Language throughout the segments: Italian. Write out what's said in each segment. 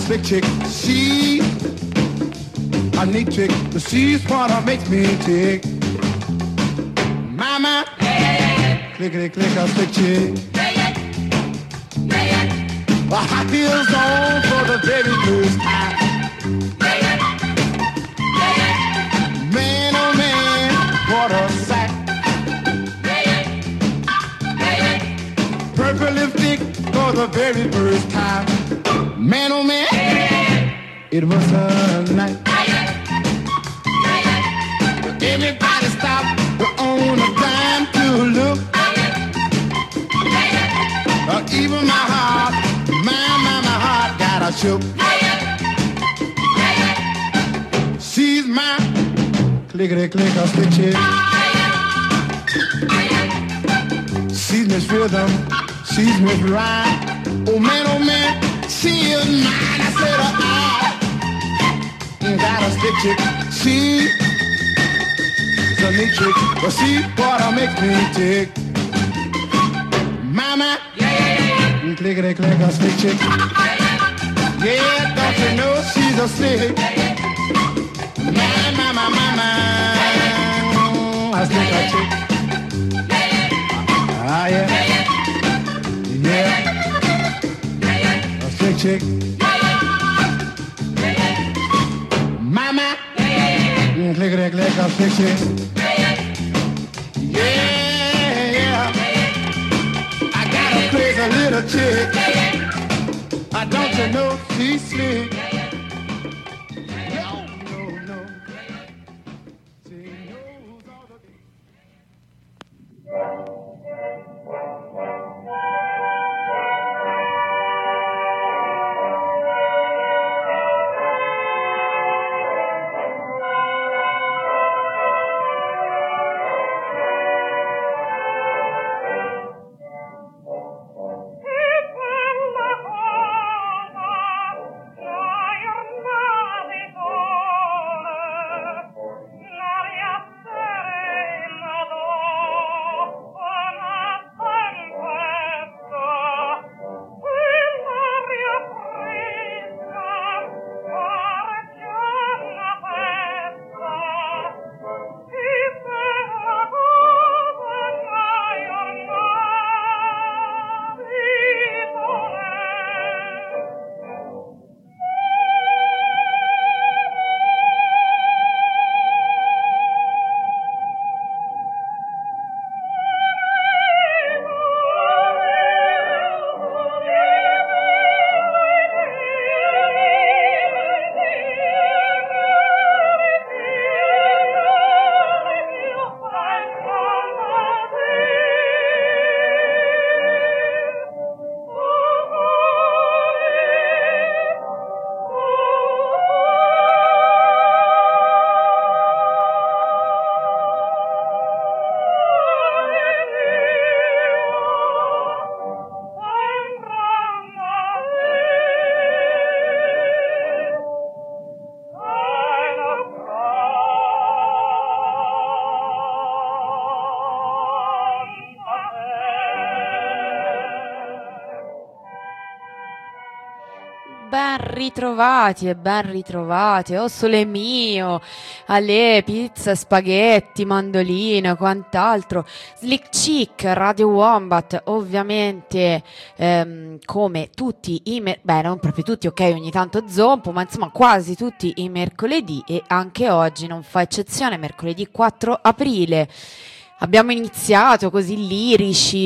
slick chick. She a neat chick. She's what makes me tick. Mama, clickety click, a slick chick. Hot heels on for the very first time. Man, oh man, what a sight. Purple lipstick for the very first time. Man, oh man, it was a night. Everybody stopped on a dime to look. Even my heart, my heart got a shook. She's my clickety click a stick chick. She's Miss Rhythm, she's Miss Rhyme. Oh man, she is mine. I said, got a stick chick. She's a neat chick, but she what makes me tick. Mama, clickety click a stick chick. Yeah, don't you know she's a slick. Mama, a stick a chick. Ah yeah, a stick chick. Mama, clickety click a stick chick. Yeah, I got a crazy little chick. Don't you know she's slick? No. She knows all the Ben ritrovati, oh sole mio, alle pizza, spaghetti, mandolino e quant'altro. Slick Chick, Radio Wombat, ovviamente come tutti beh non proprio tutti, ok, ogni tanto zompo, ma insomma quasi tutti i mercoledì, e anche oggi non fa eccezione, mercoledì 4 aprile. Abbiamo iniziato così lirici,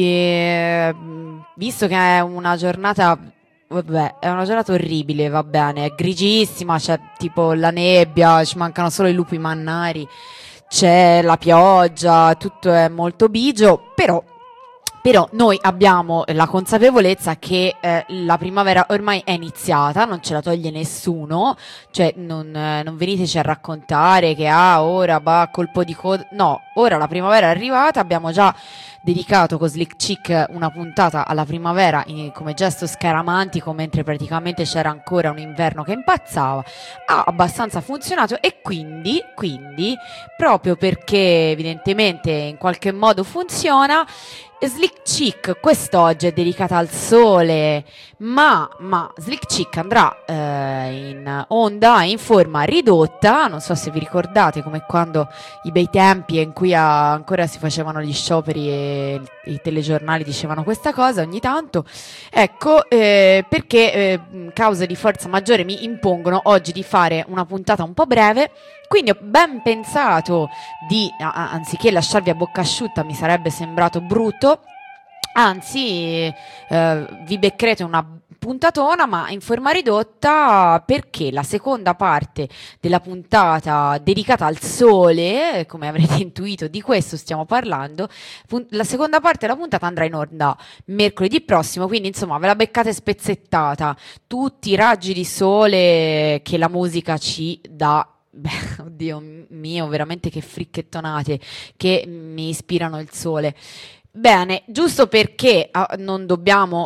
visto che è una giornata... Vabbè, è una giornata orribile, va bene, è grigissima, c'è tipo la nebbia, ci mancano solo i lupi mannari, c'è la pioggia, tutto è molto bigio, però noi abbiamo la consapevolezza che la primavera ormai è iniziata, non ce la toglie nessuno, cioè non veniteci a raccontare che ora colpo di coda, no, ora la primavera è arrivata, abbiamo già dedicato con Slick Chick una puntata alla primavera come gesto scaramantico, mentre praticamente c'era ancora un inverno che impazzava. Ha abbastanza funzionato, e quindi proprio perché evidentemente in qualche modo funziona, Slick Chick quest'oggi è dedicata al sole, ma Slick Chick andrà in onda in forma ridotta. Non so se vi ricordate, come quando i bei tempi in cui ancora si facevano gli scioperi e i telegiornali dicevano questa cosa ogni tanto. Ecco, perché cause di forza maggiore mi impongono oggi di fare una puntata un po' breve. Quindi ho ben pensato di, anziché lasciarvi a bocca asciutta, mi sarebbe sembrato brutto, anzi vi beccherete una puntatona ma in forma ridotta, perché la seconda parte della puntata dedicata al sole, come avrete intuito di questo stiamo parlando, la seconda parte della puntata andrà in onda mercoledì prossimo, quindi insomma ve la beccate spezzettata, tutti i raggi di sole che la musica ci dà. Beh, oddio mio, veramente che fricchettonate che mi ispirano il sole. Bene, giusto perché non dobbiamo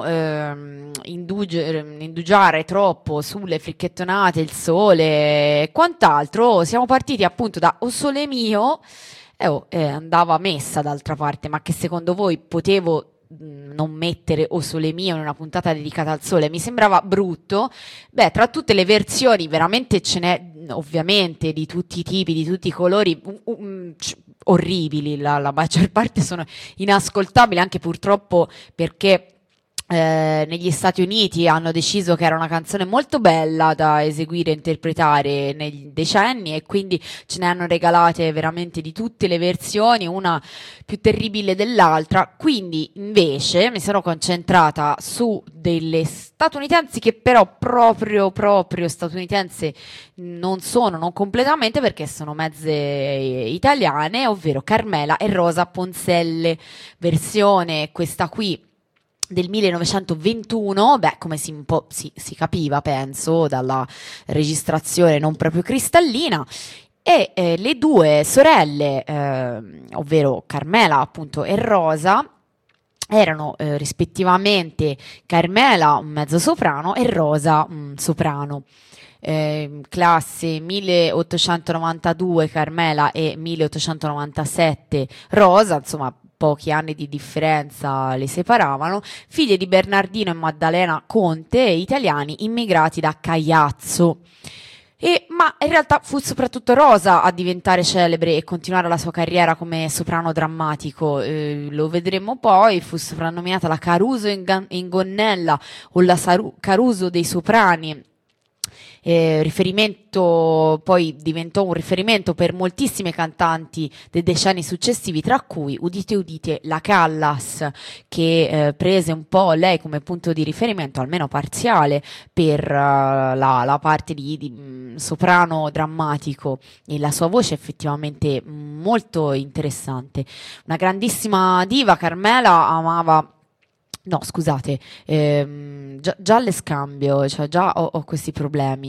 indugiare troppo sulle fricchettonate, il sole e quant'altro, siamo partiti appunto da O Sole Mio, andava messa d'altra parte, ma che secondo voi potevo non mettere O Sole Mio in una puntata dedicata al sole? Mi sembrava brutto. Beh, tra tutte le versioni veramente ce n'è ovviamente di tutti i tipi, di tutti i colori, orribili, la maggior parte sono inascoltabili, anche purtroppo perché negli Stati Uniti hanno deciso che era una canzone molto bella da eseguire e interpretare nei decenni, e quindi ce ne hanno regalate veramente di tutte le versioni, una più terribile dell'altra. Quindi invece mi sono concentrata su delle statunitensi che però proprio statunitense non sono, non completamente, perché sono mezze italiane, ovvero Carmela e Rosa Ponzelle, versione questa qui del 1921, beh, come un po' si capiva, penso, dalla registrazione non proprio cristallina. E le due sorelle, ovvero Carmela appunto e Rosa, erano rispettivamente Carmela un mezzo soprano e Rosa un soprano. Classe 1892 Carmela e 1897 Rosa, insomma pochi anni di differenza le separavano, figlie di Bernardino e Maddalena Conte, italiani immigrati da Cagliazzo. Ma in realtà fu soprattutto Rosa a diventare celebre e continuare la sua carriera come soprano drammatico. Lo vedremo poi, fu soprannominata la Caruso in Gonnella o la Caruso dei soprani. Riferimento, poi diventò un riferimento per moltissime cantanti dei decenni successivi, tra cui, udite, la Callas, che prese un po' lei come punto di riferimento, almeno parziale, per la parte di soprano drammatico, e la sua voce è effettivamente molto interessante. Una grandissima diva. Carmela amava... No, scusate, già le scambio, cioè già ho questi problemi.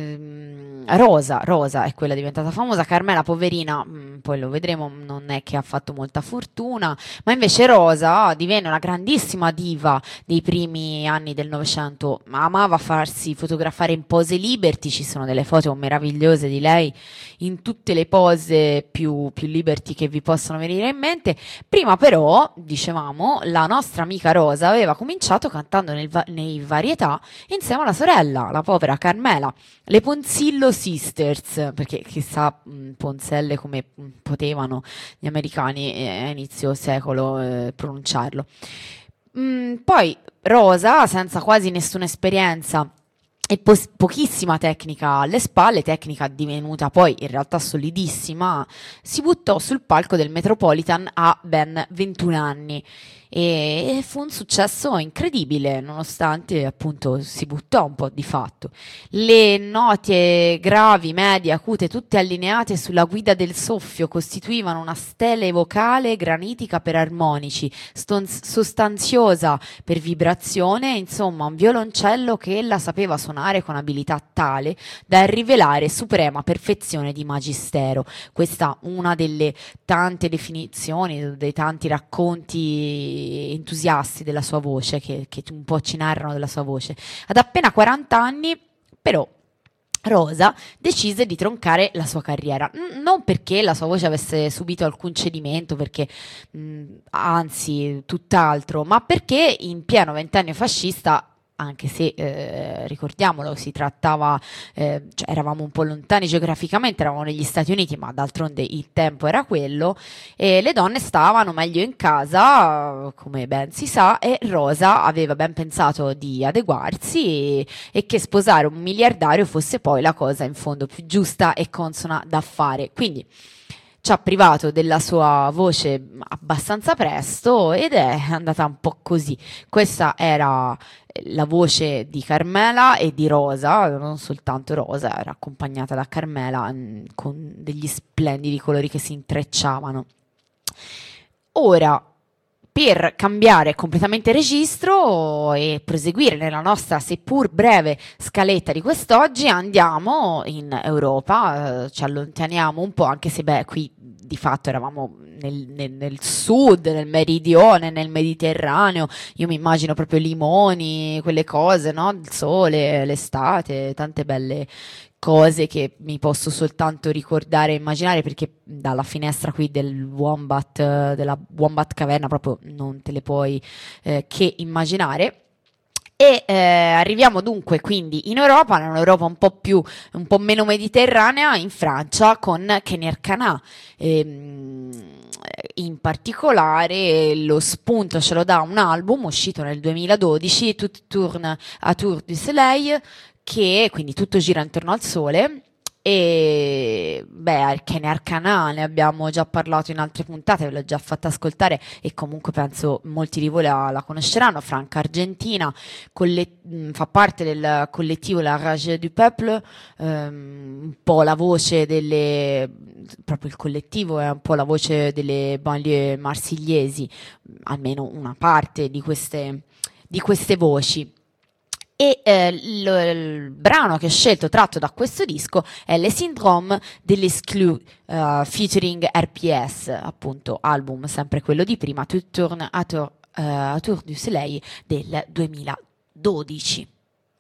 Rosa è quella diventata famosa, Carmela, poverina, poi lo vedremo, non è che ha fatto molta fortuna, ma invece Rosa divenne una grandissima diva dei primi anni del Novecento, amava farsi fotografare in pose liberty, ci sono delle foto meravigliose di lei in tutte le pose più liberty che vi possono venire in mente. Prima però, dicevamo, la nostra amica Rosa aveva cominciato cantando nei varietà insieme alla sorella, la povera Carmela, le Ponzillo Sisters, perché chissà Ponzelle come potevano gli americani a inizio secolo pronunciarlo. Poi Rosa, senza quasi nessuna esperienza e pochissima tecnica alle spalle, tecnica divenuta poi in realtà solidissima, si buttò sul palco del Metropolitan a ben 21 anni e fu un successo incredibile, nonostante appunto si buttò un po' di fatto. Le note gravi, medie, acute, tutte allineate sulla guida del soffio, costituivano una stele vocale granitica per armonici, sostanziosa per vibrazione, insomma un violoncello che ella sapeva suonare con abilità tale da rivelare suprema perfezione di magistero. Questa una delle tante definizioni, dei tanti racconti entusiasti della sua voce che un po' ci narrano della sua voce. Ad appena 40 anni però Rosa decise di troncare la sua carriera, non perché la sua voce avesse subito alcun cedimento, perché anzi tutt'altro, ma perché in pieno ventennio fascista, anche se ricordiamolo, si trattava, cioè eravamo un po' lontani geograficamente, eravamo negli Stati Uniti, ma d'altronde il tempo era quello, e le donne stavano meglio in casa, come ben si sa, e Rosa aveva ben pensato di adeguarsi e che sposare un miliardario fosse poi la cosa in fondo più giusta e consona da fare. Quindi ci ha privato della sua voce abbastanza presto ed è andata un po' così. Questa era la voce di Carmela e di Rosa, non soltanto Rosa, era accompagnata da Carmela con degli splendidi colori che si intrecciavano. Ora, per cambiare completamente registro e proseguire nella nostra seppur breve scaletta di quest'oggi, andiamo in Europa, ci allontaniamo un po', anche se qui di fatto eravamo nel sud, nel meridione, nel Mediterraneo. Io mi immagino proprio limoni, quelle cose, no? Il sole, l'estate, tante belle cose che mi posso soltanto ricordare e immaginare, perché dalla finestra qui della Wombat Caverna proprio non te le puoi che immaginare. E arriviamo dunque quindi in Europa, un'Europa un po' meno mediterranea, in Francia con Kenny Arcana. In particolare lo spunto ce lo dà un album uscito nel 2012, Tout tourne autour du soleil, che quindi tutto gira intorno al sole. E Kenny Arcana ne abbiamo già parlato in altre puntate, ve l'ho già fatta ascoltare e comunque penso molti di voi la conosceranno. Franca Argentina, fa parte del collettivo La Rage du Peuple, un po' la voce proprio il collettivo è un po' la voce delle banlieue marsigliesi, almeno una parte di queste voci. E il brano che ho scelto tratto da questo disco è Le Syndrome de l'Exclu, featuring RPS, appunto album sempre quello di prima, Tout tourne autour du soleil del 2012.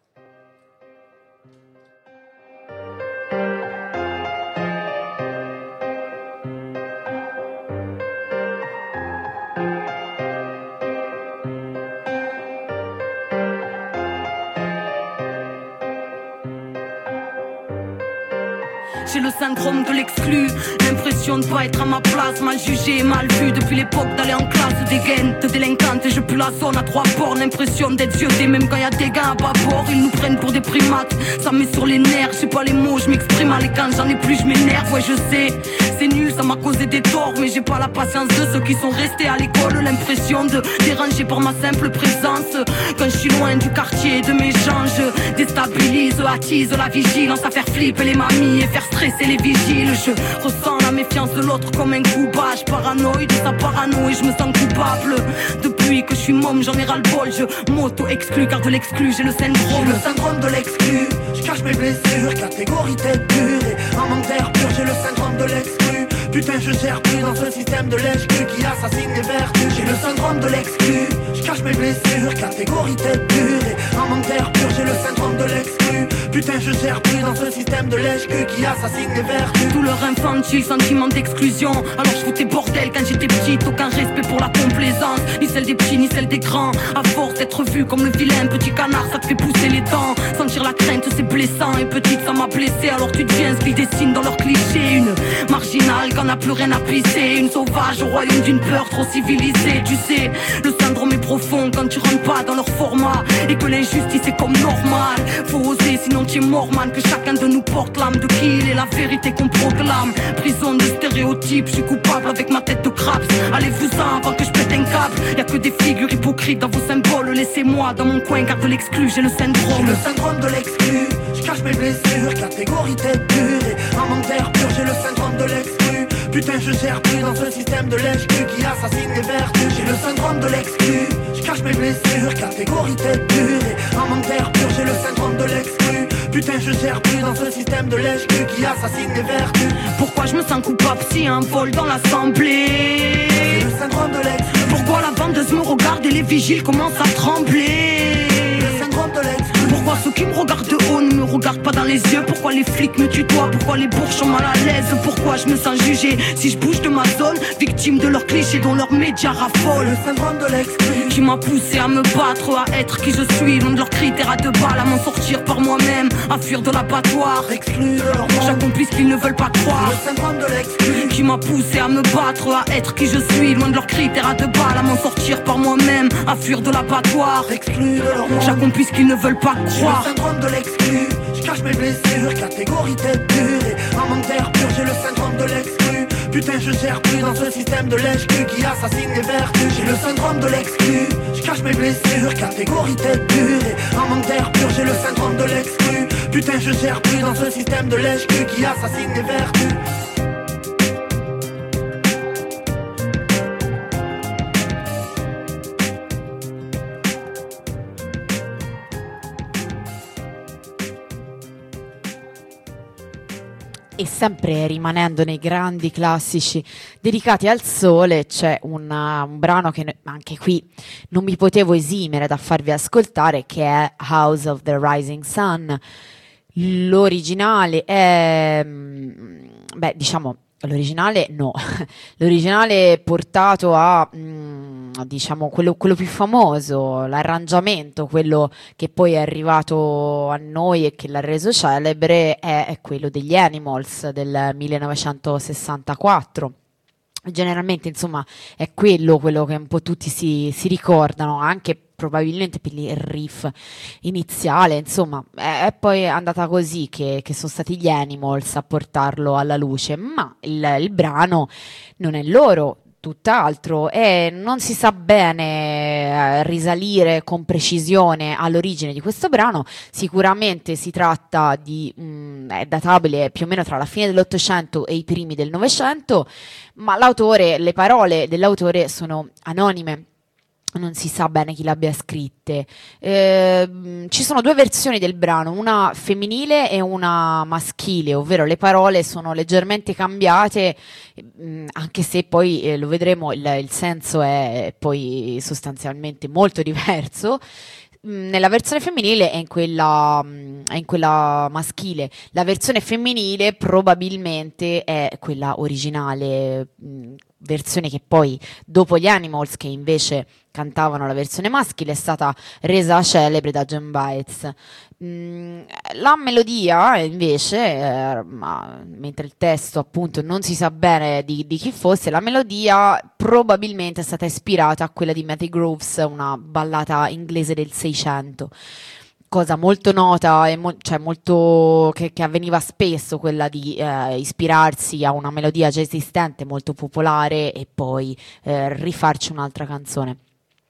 J'ai le syndrome de l'exclu, l'impression de pas être à ma place, mal jugé, mal vu depuis l'époque d'aller en classe, dégaine de délinquante et je pue la zone à 3 bornes, l'impression d'être violé même quand y a des gars à bâbord, ils nous prennent pour des primates, ça me met sur les nerfs, j'ai pas les mots, je m'exprime à l'écran, j'en ai plus, je m'énerve, ouais je sais, c'est nul, ça m'a causé des torts, mais j'ai pas la patience de ceux qui sont restés à l'école, l'impression de déranger par ma simple présence, quand je suis loin du quartier, de mes gens, je déstabilise, attise la vigilance, à faire flipper les mamies et faire stresser les vigiles, je ressens la méfiance de l'autre comme un coup bas, je paranoïde de sa parano et je me sens coupable. Depuis que je suis môme, j'en ai ras-le-bol, je m'auto-exclus car de l'exclu, j'ai le syndrome. J'ai le syndrome de l'exclu, je cache mes blessures, catégorie tête dure et en manque d'air pur, j'ai le syndrome de l'exclu. Putain je gère plus dans ce système de lèche-cul qui assassine les vertus. J'ai le syndrome de l'exclu, je cache mes blessures, catégorie tête dure et en manque d'air pur, j'ai le syndrome de l'exclu. Putain je gère plus dans ce système de lèche-cul qui assassine les vertus. Tout leur infantile, sentiment d'exclusion. Alors je foutais bordel quand j'étais petite, aucun respect pour la complaisance, ni celle des petits ni celle des grands. À force d'être vu comme le vilain petit canard, ça te fait pousser les dents. Sentir la crainte c'est blessant et petite ça m'a blessé. Alors tu deviens ce qu'ils dessinent dans leurs clichés, une marginale quand n'a plus rien à pisser, une sauvage au royaume d'une peur trop civilisée. Tu sais, le syndrome est profond quand tu rentres pas dans leur format et que l'injustice est comme normal. Faut oser sinon tu es mort man, que chacun de nous porte l'âme de qui il est la vérité qu'on proclame. Prison de stéréotypes, je suis coupable avec ma tête de craps. Allez-vous-en avant que je pète un câble. Y'a que des figures hypocrites dans vos symboles. Laissez-moi dans mon coin car de l'exclu j'ai le syndrome. J'ai le syndrome de l'exclu, je cache mes blessures, catégorie tête dure et en manque d'air pur, j'ai le syndrome de l'exclu. Putain je gère plus dans ce système de lèche-cul qui assassine les vertus. J'ai le syndrome de l'exclu, je cache mes blessures, catégorie tête dure et en manque d'air pur, j'ai le syndrome de l'exclu. Putain je gère plus dans ce système de lèche-cul qui assassine les vertus. Pourquoi je me sens coupable si un vol dans l'assemblée? C'est le syndrome de l'exclu. Pourquoi la vendeuse me regarde et les vigiles commencent à trembler? Le syndrome de l'exclu. Pourquoi ceux qui me regardent de haut ne me regardent pas dans les yeux? Pourquoi les flics me tutoient? Pourquoi les bourges sont mal à l'aise? Pourquoi je me sens jugé si je bouge de ma zone? Victime de leurs clichés dont leurs médias raffolent. Le syndrome de l'exclu qui m'a poussé à me battre, à être qui je suis, loin de leurs critères à deux balles, à m'en sortir par moi-même, à fuir de l'abattoir. exclu de leur monde. J'accomplis ce qu'ils ne veulent pas croire. Le syndrome de l'exclu qui m'a poussé à me battre, à être qui je suis, loin de leurs critères à deux balles, à m'en sortir par moi-même, à fuir de l'abattoir. exclu de leur monde. J'accomplis ce qu'ils ne veulent pas J'ai croire. le syndrome de l'exclu, je cache mes blessures, catégorie tête dure. Et en manque d'air pur, j'ai le syndrome de l'exclu. Putain, je gère plus dans ce système de lèche-cul qui assassine les vertus. J'ai le syndrome de l'exclu, je cache mes blessures, catégorie tête dure. Et en manque d'air pur, j'ai le syndrome de l'exclu. Putain, je gère plus dans ce système de lèche-cul qui assassine les vertus. E sempre rimanendo nei grandi classici dedicati al sole, c'è un brano che anche qui non mi potevo esimere da farvi ascoltare, che è House of the Rising Sun. L'originale è, l'originale no, l'originale portato a, diciamo, quello più famoso, l'arrangiamento, quello che poi è arrivato a noi e che l'ha reso celebre, è quello degli Animals del 1964. Generalmente, insomma, è quello che un po' tutti si ricordano, anche probabilmente per il riff iniziale, insomma, è poi andata così che sono stati gli Animals a portarlo alla luce, ma il brano non è loro, tutt'altro, e non si sa bene risalire con precisione all'origine di questo brano. Sicuramente si tratta di è databile più o meno tra la fine dell'Ottocento e i primi del Novecento, ma le parole dell'autore sono anonime. Non si sa bene chi l'abbia scritte. Ci sono due versioni del brano, una femminile e una maschile, ovvero le parole sono leggermente cambiate, anche se poi lo vedremo, il senso è poi sostanzialmente molto diverso. Nella versione femminile e in quella maschile. La versione femminile probabilmente è quella originale, versione che poi dopo gli Animals, che invece cantavano la versione maschile, è stata resa celebre da John Baez. La melodia invece, mentre il testo appunto non si sa bene di chi fosse, la melodia probabilmente è stata ispirata a quella di Matty Groves, una ballata inglese del 600. Cosa molto nota e molto che avveniva spesso, quella di ispirarsi a una melodia già esistente molto popolare e poi rifarci un'altra canzone.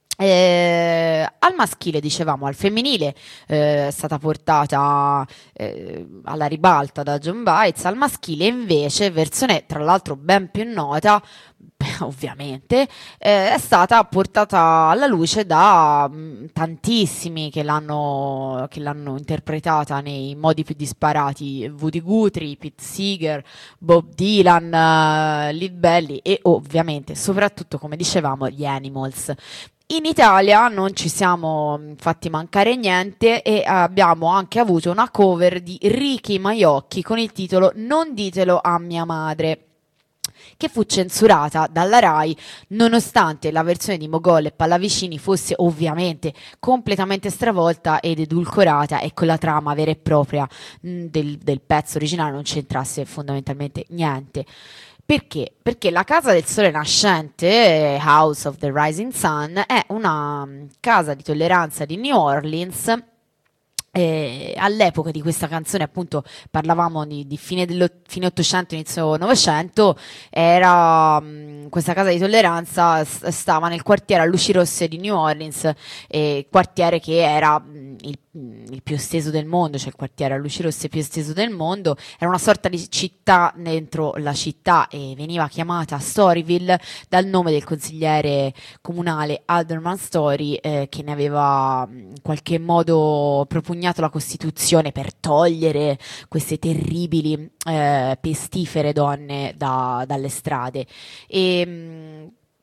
Al maschile, dicevamo, al femminile è stata portata alla ribalta da John Baez. Al maschile invece, versione tra l'altro ben più nota, ovviamente, è stata portata alla luce da tantissimi che l'hanno interpretata nei modi più disparati: Woody Guthrie, Pete Seeger, Bob Dylan, Lead Belly e ovviamente, soprattutto, come dicevamo, gli Animals. In Italia non ci siamo fatti mancare niente e abbiamo anche avuto una cover di Ricky Maiocchi con il titolo Non ditelo a mia madre, che fu censurata dalla Rai nonostante la versione di Mogol e Pallavicini fosse ovviamente completamente stravolta ed edulcorata e con la trama vera e propria del pezzo originale non c'entrasse fondamentalmente niente. Perché? Perché la Casa del Sole Nascente, House of the Rising Sun, è una casa di tolleranza di New Orleans. All'epoca di questa canzone, appunto, parlavamo di fine 800, inizio 900, era questa casa di tolleranza stava nel quartiere a luci rosse di New Orleans, quartiere che era il più esteso del mondo, cioè il quartiere a luci rosse più esteso del mondo. Era una sorta di città dentro la città e veniva chiamata Storyville dal nome del consigliere comunale Alderman Story, che ne aveva in qualche modo propugnato la Costituzione per togliere queste terribili pestifere donne dalle strade. E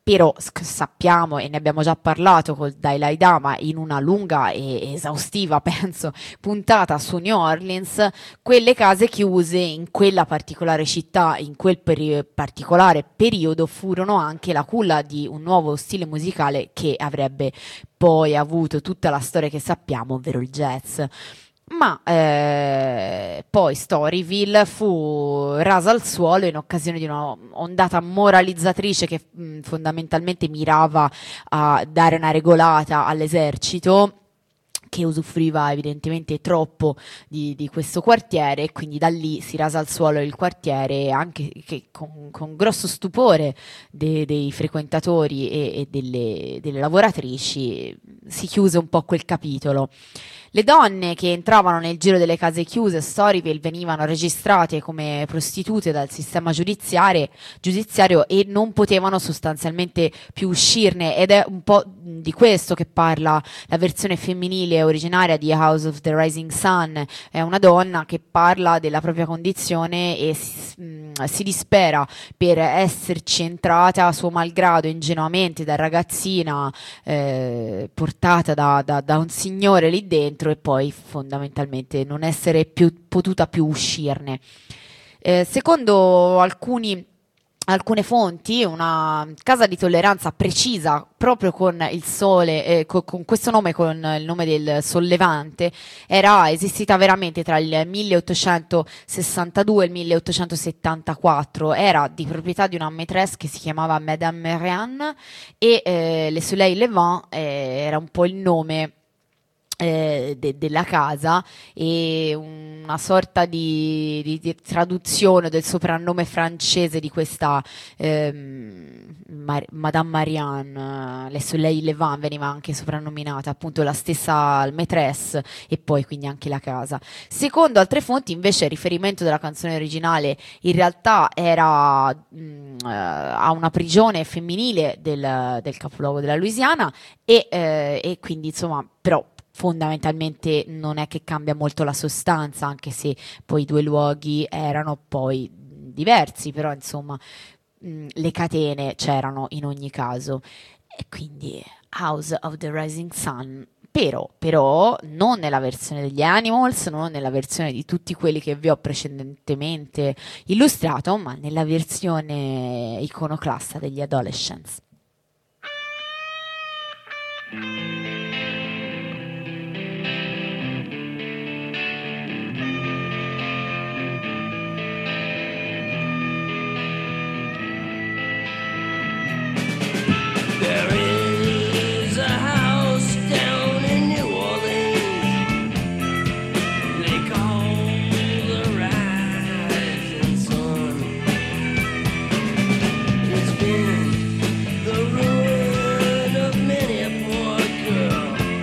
Però sappiamo, e ne abbiamo già parlato col Dalai Lama in una lunga e esaustiva, penso, puntata su New Orleans, quelle case chiuse in quella particolare città, in quel particolare periodo, furono anche la culla di un nuovo stile musicale che avrebbe poi avuto tutta la storia che sappiamo, ovvero il jazz. Ma poi Storyville fu rasa al suolo in occasione di una ondata moralizzatrice che fondamentalmente mirava a dare una regolata all'esercito, che usufruiva evidentemente troppo di questo quartiere, e quindi da lì si rasa al suolo il quartiere, anche che con grosso stupore dei frequentatori e delle lavoratrici si chiuse un po' quel capitolo. Le donne che entravano nel giro delle case chiuse a Storyville venivano registrate come prostitute dal sistema giudiziario e non potevano sostanzialmente più uscirne, ed è un po' di questo che parla la versione femminile originaria di House of the Rising Sun. È una donna che parla della propria condizione e si dispera per esserci entrata a suo malgrado ingenuamente da ragazzina, portata da un signore lì dentro, e poi fondamentalmente non essere potuta più uscirne. Secondo alcune fonti, una casa di tolleranza precisa, proprio con il sole, con questo nome, con il nome del sollevante, era esistita veramente tra il 1862 e il 1874. Era di proprietà di una maîtresse che si chiamava Madame Marianne, e Le Soleil Levant era un po' il nome della casa, e una sorta di traduzione del soprannome francese di questa Madame Marianne. Le Soleil Levant veniva anche soprannominata, appunto, la stessa maîtresse, e poi quindi anche la casa. Secondo altre fonti invece il riferimento della canzone originale in realtà era a una prigione femminile del capoluogo della Louisiana, e quindi insomma, però fondamentalmente non è che cambia molto la sostanza, anche se poi i due luoghi erano poi diversi, però insomma le catene c'erano in ogni caso. E quindi House of the Rising Sun, però non nella versione degli Animals, non nella versione di tutti quelli che vi ho precedentemente illustrato, ma nella versione iconoclasta degli Adolescents. It's been the ruin of many a poor girl.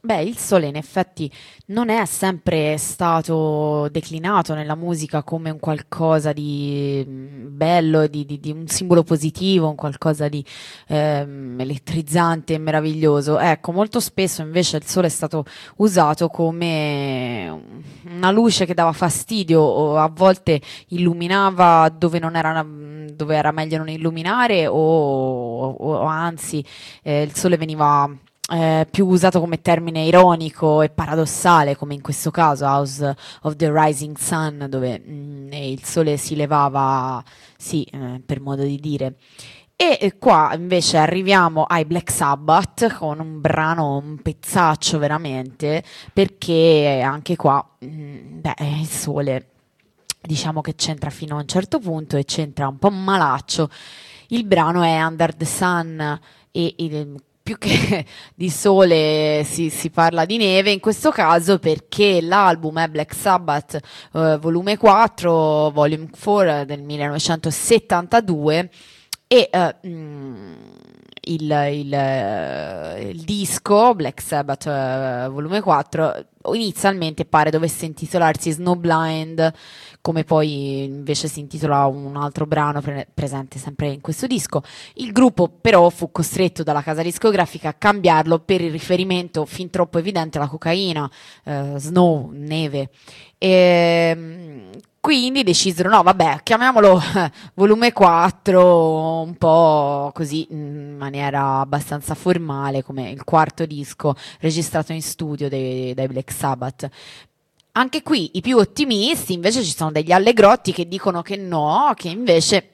Beh, il sole in effetti non è sempre stato declinato nella musica come un qualcosa di bello, di un simbolo positivo, un qualcosa di elettrizzante e meraviglioso. Ecco, molto spesso invece il sole è stato usato come una luce che dava fastidio o a volte illuminava dove non era, dove era meglio non illuminare o anzi il sole veniva più usato come termine ironico e paradossale, come in questo caso House of the Rising Sun, dove il sole si levava, sì, per modo di dire. E qua invece arriviamo ai Black Sabbath con un brano, un pezzaccio veramente, perché anche qua, beh, il sole diciamo che c'entra fino a un certo punto e c'entra un po' malaccio. Il brano è Under the Sun e più che di sole si parla di neve in questo caso, perché l'album è Black Sabbath volume 4, volume 4 del 1972 e il disco Black Sabbath volume 4 inizialmente pare dovesse intitolarsi Snowblind, come poi invece si intitola un altro brano presente sempre in questo disco. Il gruppo però fu costretto dalla casa discografica a cambiarlo per il riferimento fin troppo evidente alla cocaina, snow, neve. Quindi decisero, no vabbè, chiamiamolo volume 4, un po' così in maniera abbastanza formale, come il quarto disco registrato in studio dai Black Sabbath. Anche qui i più ottimisti, invece ci sono degli allegrotti che dicono che no, che invece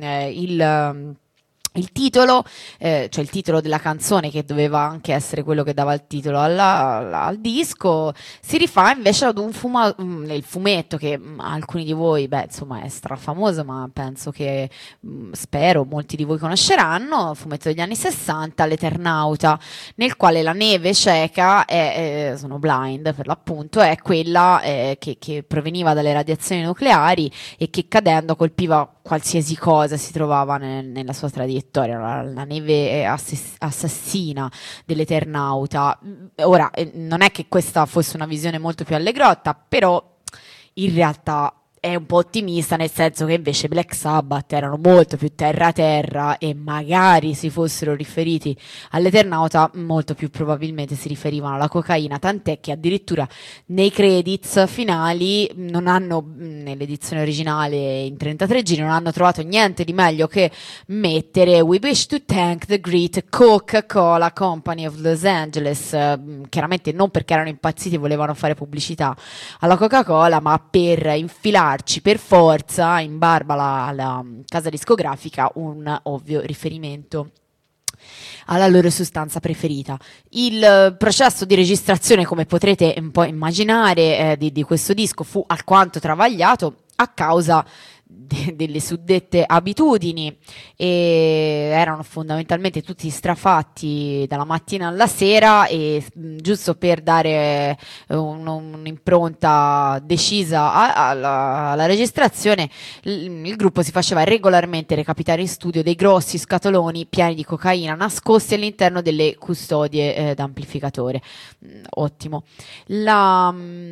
il titolo, cioè il titolo della canzone, che doveva anche essere quello che dava il titolo al disco, si rifà invece ad il fumetto che alcuni di voi, beh, insomma, è strafamoso, ma penso che, spero, molti di voi conosceranno, fumetto degli anni 60, L'Eternauta, nel quale la neve cieca sono blind per l'appunto, è quella che proveniva dalle radiazioni nucleari e che cadendo colpiva qualsiasi cosa si trovava nella sua traiettoria, la neve assassina dell'Eternauta. Ora, non è che questa fosse una visione molto più allegrotta, però in realtà è un po' ottimista, nel senso che invece Black Sabbath erano molto più terra e magari si fossero riferiti all'Eternauta, molto più probabilmente si riferivano alla cocaina, tant'è che addirittura nei credits finali non hanno, nell'edizione originale in 33 giri, non hanno trovato niente di meglio che mettere "We wish to thank the great Coca-Cola Company of Los Angeles", chiaramente non perché erano impazziti e volevano fare pubblicità alla Coca-Cola, ma per infilarci per forza in barba alla casa discografica un ovvio riferimento alla loro sostanza preferita. Il processo di registrazione, come potrete un po' immaginare, di questo disco fu alquanto travagliato a causa delle suddette abitudini, e erano fondamentalmente tutti strafatti dalla mattina alla sera, e giusto per dare un'impronta decisa alla registrazione, il gruppo si faceva regolarmente recapitare in studio dei grossi scatoloni pieni di cocaina nascosti all'interno delle custodie d'amplificatore. Ottimo. La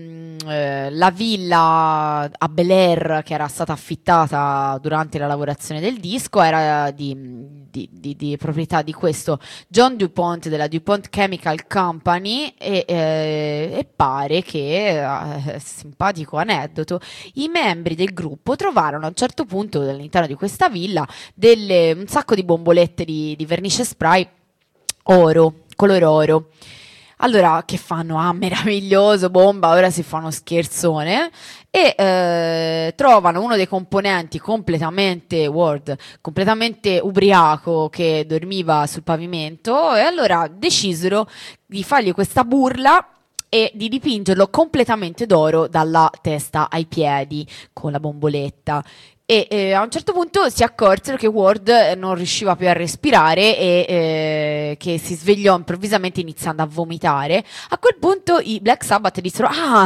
villa a Bel Air, che era stata affittata durante la lavorazione del disco, era di proprietà di questo John DuPont della DuPont Chemical Company, e pare che, simpatico aneddoto, i membri del gruppo trovarono a un certo punto all'interno di questa villa un sacco di bombolette di vernice spray color oro. Allora, che fanno? Ah, meraviglioso, bomba, ora si fa uno scherzone, e trovano uno dei componenti completamente ubriaco, che dormiva sul pavimento, e allora decisero di fargli questa burla e di dipingerlo completamente d'oro dalla testa ai piedi con la bomboletta. E a un certo punto si accorsero che Ward non riusciva più a respirare e che si svegliò improvvisamente iniziando a vomitare. A quel punto i Black Sabbath dissero: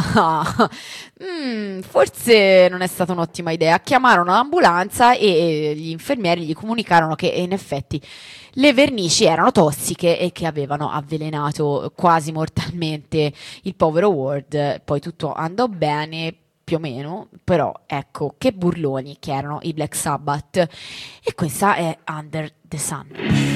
forse non è stata un'ottima idea. Chiamarono l'ambulanza e gli infermieri gli comunicarono che in effetti le vernici erano tossiche e che avevano avvelenato quasi mortalmente il povero Ward. Poi tutto andò bene, più o meno, però ecco che burloni che erano i Black Sabbath. E questa è Under the Sun.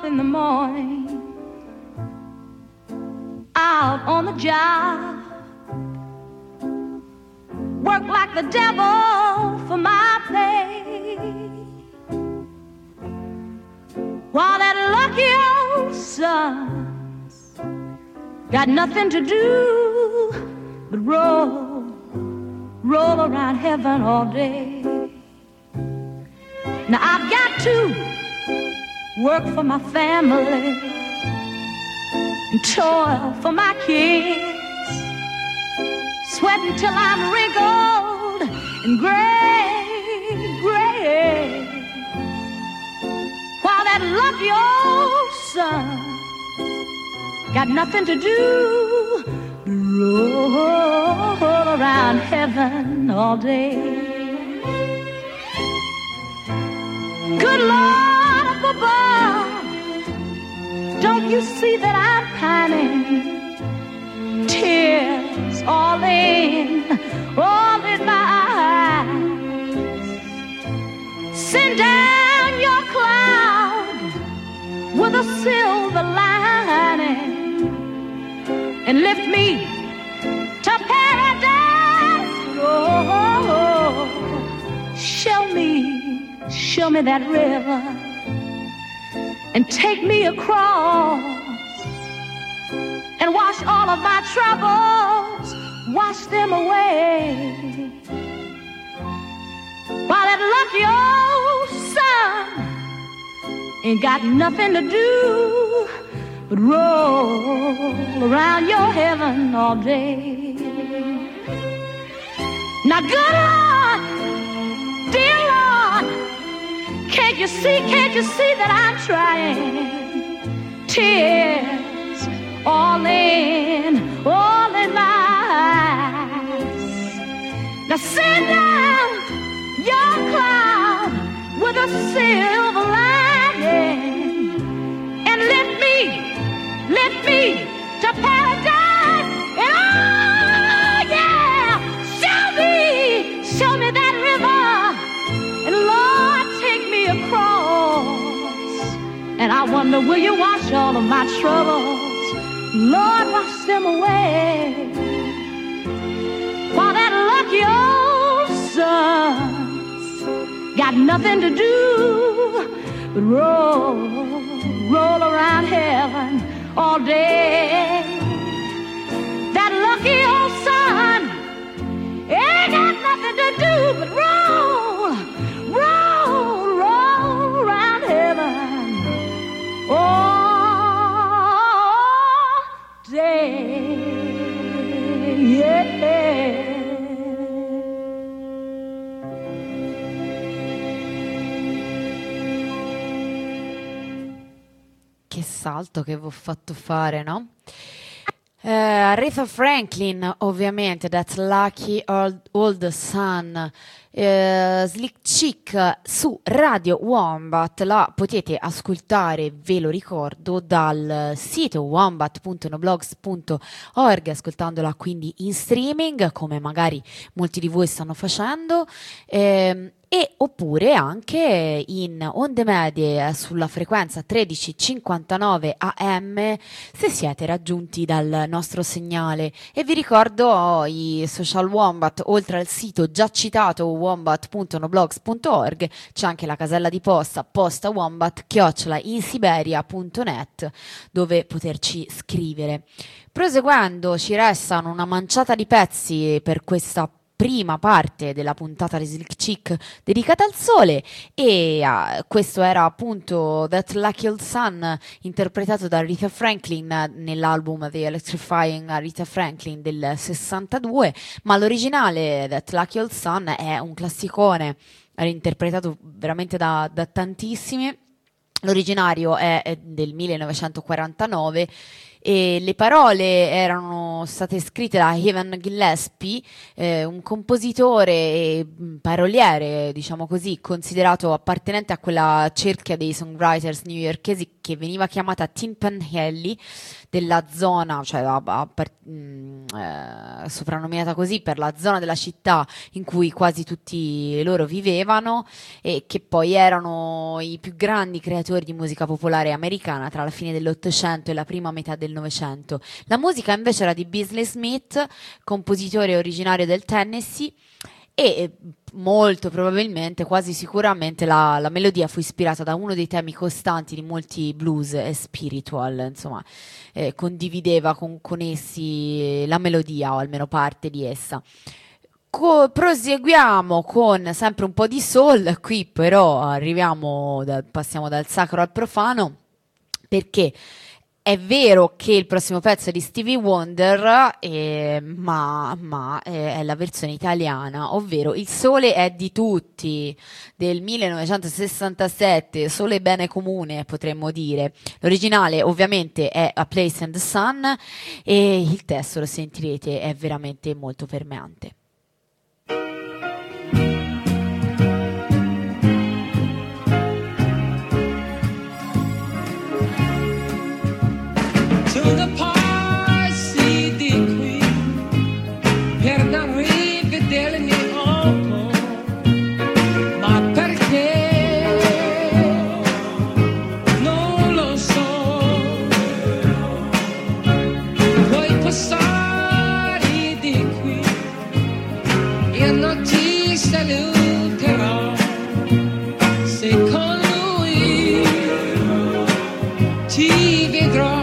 up in the morning, out on the job, work like the devil for my pay, while that lucky old son's got nothing to do but roll around heaven all day. Now I've got to work for my family and toil for my kids, sweating till I'm wrinkled and gray, while that lucky old son got nothing to do but roll around heaven all day. Good Lord up above, don't you see that I'm pining? Tears all in my eyes. Send down your cloud with a silver lining and lift me to paradise. Oh, show me that river and take me across and wash all of my troubles, wash them away, while that lucky old sun ain't got nothing to do but roll around your heaven all day. Now good Lord, dear Lord, can't you see that I'm trying? Tears all in my eyes. Now send down your cloud with a silver lining and lift me to paradise. And oh yeah, show me that river, and Lord, take me across. And I wonder, will you wash all of my troubles? Lord, wash them away, while that lucky old son's got nothing to do but roll around heaven all day. That lucky old son ain't got nothing to do but roll around heaven all day. Yeah. Che salto che vi ho fatto fare, no? Aretha Franklin, ovviamente, That Lucky Old Sun. Slick Chick su Radio Wombat, la potete ascoltare, ve lo ricordo, dal sito wombat.noblogs.org, ascoltandola quindi in streaming, come magari molti di voi stanno facendo, e oppure anche in onde medie sulla frequenza 1359 AM se siete raggiunti dal nostro segnale. E vi ricordo i social Wombat, oltre al sito già citato wombat.noblogs.org, c'è anche la casella di posta postawombat@insiberia.net, dove poterci scrivere. Proseguendo, ci restano una manciata di pezzi per questa prima parte della puntata di Slick Chick dedicata al sole, e questo era appunto That Lucky Old Sun, interpretato da Aretha Franklin nell'album The Electrifying Aretha Franklin del 62, ma l'originale That Lucky Old Sun è un classicone, era interpretato veramente da tantissimi. L'originario è del 1949 e le parole erano state scritte da Evan Gillespie, un compositore e paroliere, diciamo così, considerato appartenente a quella cerchia dei songwriters newyorkesi che veniva chiamata Tin Pan Alley, della zona, cioè soprannominata così per la zona della città in cui quasi tutti loro vivevano, e che poi erano i più grandi creatori di musica popolare americana tra la fine dell'Ottocento e la prima metà del Novecento. La musica invece era di Beasley Smith, compositore originario del Tennessee, e molto probabilmente, quasi sicuramente, la melodia fu ispirata da uno dei temi costanti di molti blues e spiritual, insomma, condivideva con essi la melodia, o almeno parte di essa. Proseguiamo con sempre un po' di soul, qui però passiamo dal sacro al profano, perché è vero che il prossimo pezzo è di Stevie Wonder, ma è la versione italiana, ovvero Il sole è di tutti, del 1967, Sole bene comune potremmo dire. L'originale ovviamente è A Place in the Sun, e il testo, lo sentirete, è veramente molto permeante. The passi di qui per non rivedermi poco, ma perché non lo so. Puoi passare di qui, io non ti saluterò, se con lui ti vedrò.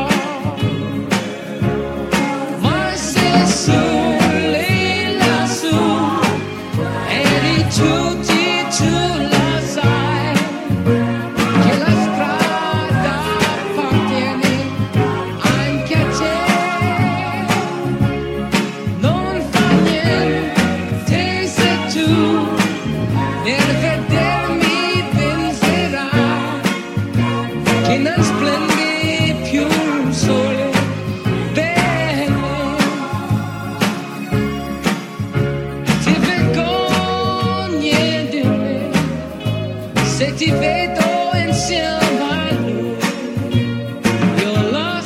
Ti vedo insieme a lui, io lo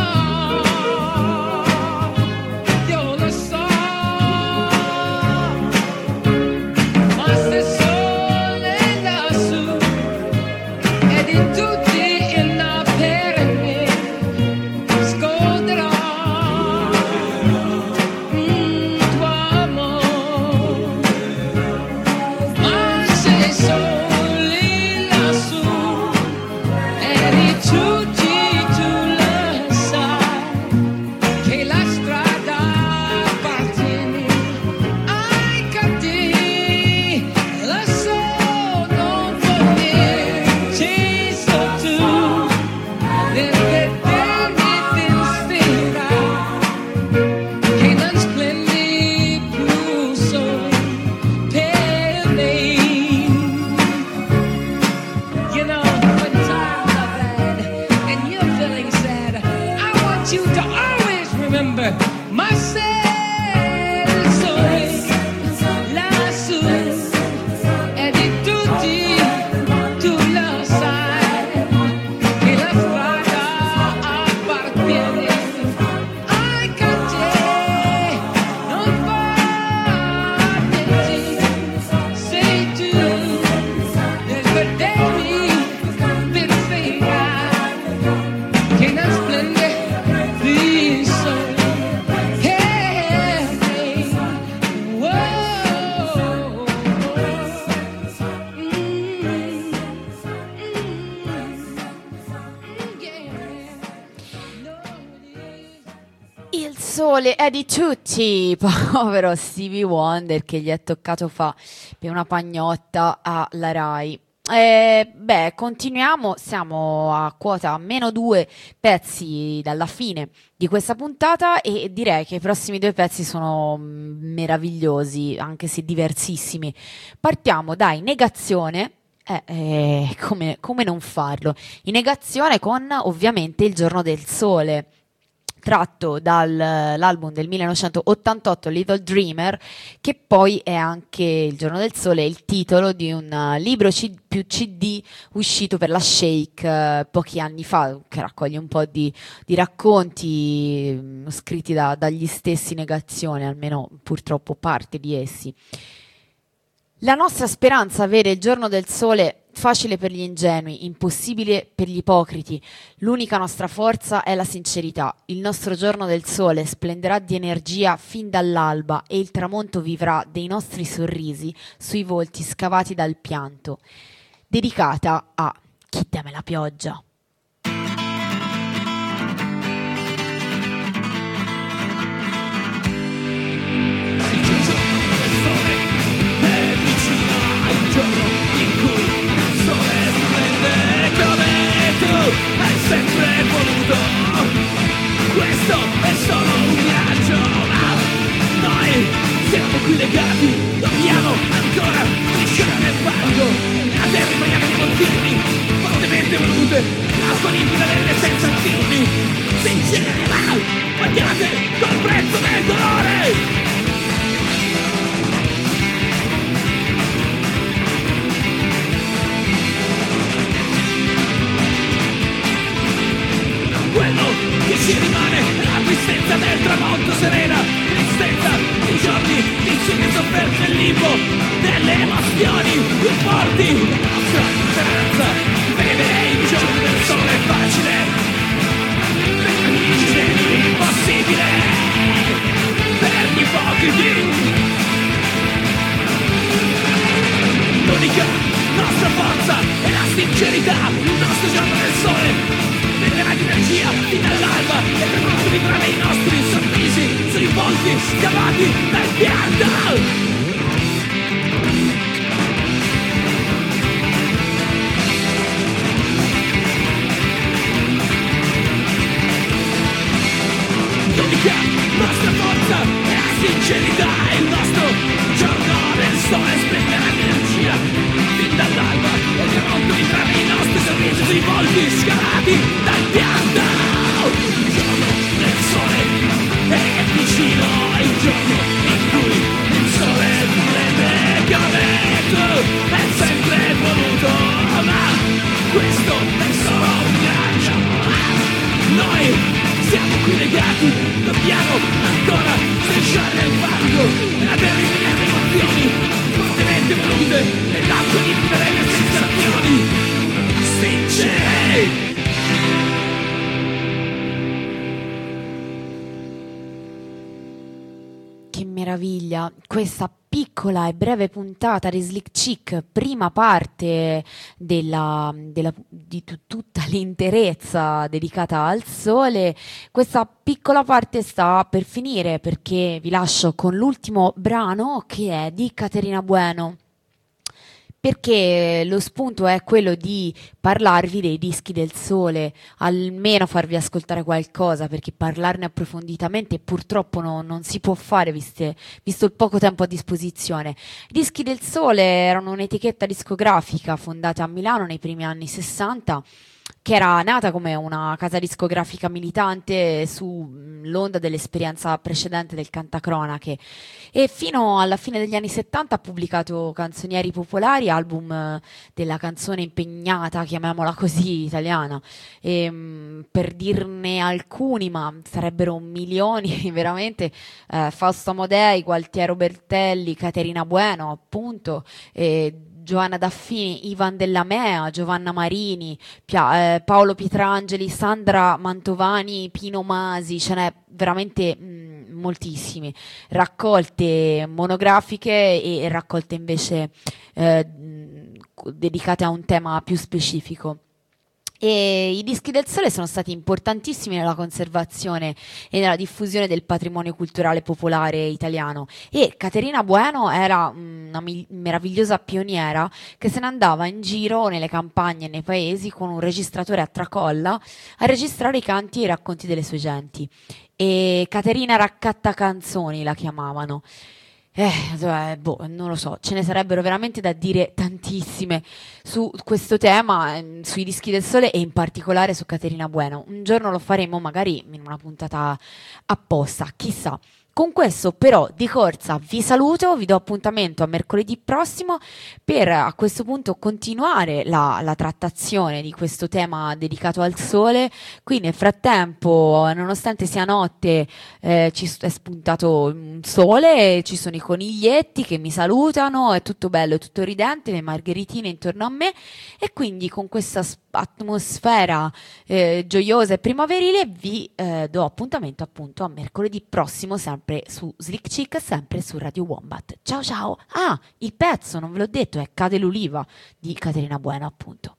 so, ma se sole lassù è di tutti e non per me, scorderò tuo amore, ma se sole È di tutti, povero Stevie Wonder, che gli è toccato fa per una pagnotta alla Rai. Continuiamo, siamo a quota -2 pezzi dalla fine di questa puntata, e direi che i prossimi 2 pezzi sono meravigliosi, anche se diversissimi. Partiamo dai Negazione. Come non farlo? In Negazione con ovviamente Il giorno del sole, tratto dall'album del 1988 Little Dreamer, che poi è anche Il giorno del sole, il titolo di un libro più CD uscito per la Shake pochi anni fa, che raccoglie un po' di racconti scritti dagli stessi Negazione, almeno purtroppo parte di essi. La nostra speranza vede il giorno del sole facile per gli ingenui, impossibile per gli ipocriti. L'unica nostra forza è la sincerità. Il nostro giorno del sole splenderà di energia fin dall'alba e il tramonto vivrà dei nostri sorrisi sui volti scavati dal pianto. Dedicata a chi teme la pioggia. Hai sempre voluto, questo è solo un viaggio, ma noi siamo qui legati, dobbiamo ancora strisciare nel fango, la terra impregnata di emozioni, fortemente volute, l'acqua limpida delle sensazioni, sincere ma pagate col prezzo del dolore. Quello che ci rimane è la tristezza del tramonto serena, tristezza dei giorni in sogni sofferti nel limbo, delle emozioni più forti, la nostra speranza vede il giorno del sole facile, per l'impossibile, per gli ipocriti. L'unica nostra forza è la sincerità, il nostro giorno del sole prenderà di energia fino all'alba e per non vivrà i nostri sorrisi sui volti scavati dal pianto. L'unica nostra forza è la sincerità, il nostro giorno del sole splenderà di energia fin dall'alba e per non vivrà i nostri sorrisi sui volti scavati dal pianto. Il giorno del sole è vicino, il giorno in cui il sole prende piove. È sempre voluto, ma questo è solo un viaggio. Noi siamo qui legati, dobbiamo ancora strisciare nel fango, nella terribile delle emozioni, fortemente volute, nell'acqua limpida delle sensazioni, sincere. Che meraviglia, questa piccola e breve puntata di Slick Chick, prima parte di tutta l'interezza dedicata al sole. Questa piccola parte sta per finire perché vi lascio con l'ultimo brano che è di Caterina Bueno, perché lo spunto è quello di parlarvi dei dischi del sole, almeno farvi ascoltare qualcosa, perché parlarne approfonditamente purtroppo non si può fare visto il poco tempo a disposizione. I dischi del sole erano un'etichetta discografica fondata a Milano nei primi anni 60, che era nata come una casa discografica militante sull'onda dell'esperienza precedente del cantacronache, e fino alla fine degli anni 70 ha pubblicato canzonieri popolari, album della canzone impegnata, chiamiamola così, italiana, per dirne alcuni, ma sarebbero milioni veramente. Fausto Amodei, Gualtiero Bertelli, Caterina Bueno appunto, Giovanna Daffini, Ivan Della Mea, Giovanna Marini, Paolo Pietrangeli, Sandra Mantovani, Pino Masi, ce n'è veramente moltissimi, raccolte monografiche e raccolte invece dedicate a un tema più specifico. E i dischi del sole sono stati importantissimi nella conservazione e nella diffusione del patrimonio culturale popolare italiano, e Caterina Bueno era una meravigliosa pioniera che se ne andava in giro nelle campagne e nei paesi con un registratore a tracolla a registrare i canti e i racconti delle sue genti. E Caterina Raccattacanzoni la chiamavano. Non lo so, ce ne sarebbero veramente da dire tantissime su questo tema, sui dischi del sole e in particolare su Caterina Bueno. Un giorno lo faremo magari in una puntata apposta, chissà. Con questo però di corsa vi saluto, vi do appuntamento a mercoledì prossimo per a questo punto continuare la trattazione di questo tema dedicato al sole. Qui nel frattempo, nonostante sia notte, ci è spuntato un sole, ci sono i coniglietti che mi salutano, è tutto bello, è tutto ridente, le margheritine intorno a me e quindi con questa atmosfera gioiosa e primaverile vi do appuntamento appunto a mercoledì prossimo sempre su Slick Chick, sempre su Radio Wombat. Ciao ciao! Ah, il pezzo, non ve l'ho detto, è Cade l'uliva di Caterina Bueno appunto.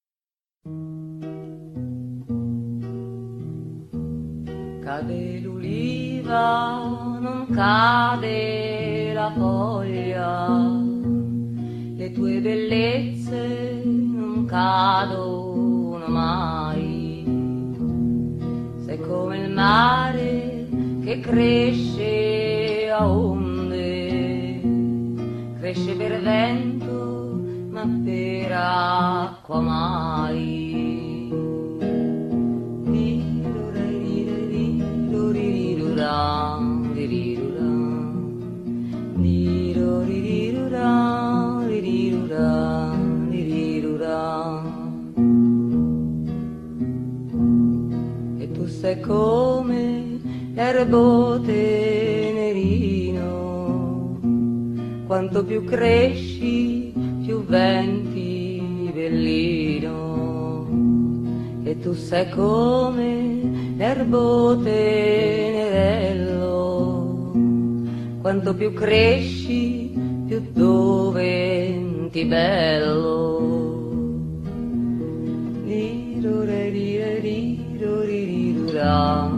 Cade l'uliva, non cade la foglia, le tue bellezze non cadono mai, sei come il mare che cresce a onde, cresce per vento ma per acqua mai. E tu sei come l'erbo tenerino, quanto più cresci più venti bellino. E tu sei come l'erbo tenerello, quanto più cresci più doventi bello. Di do re di re di do ri di do ra.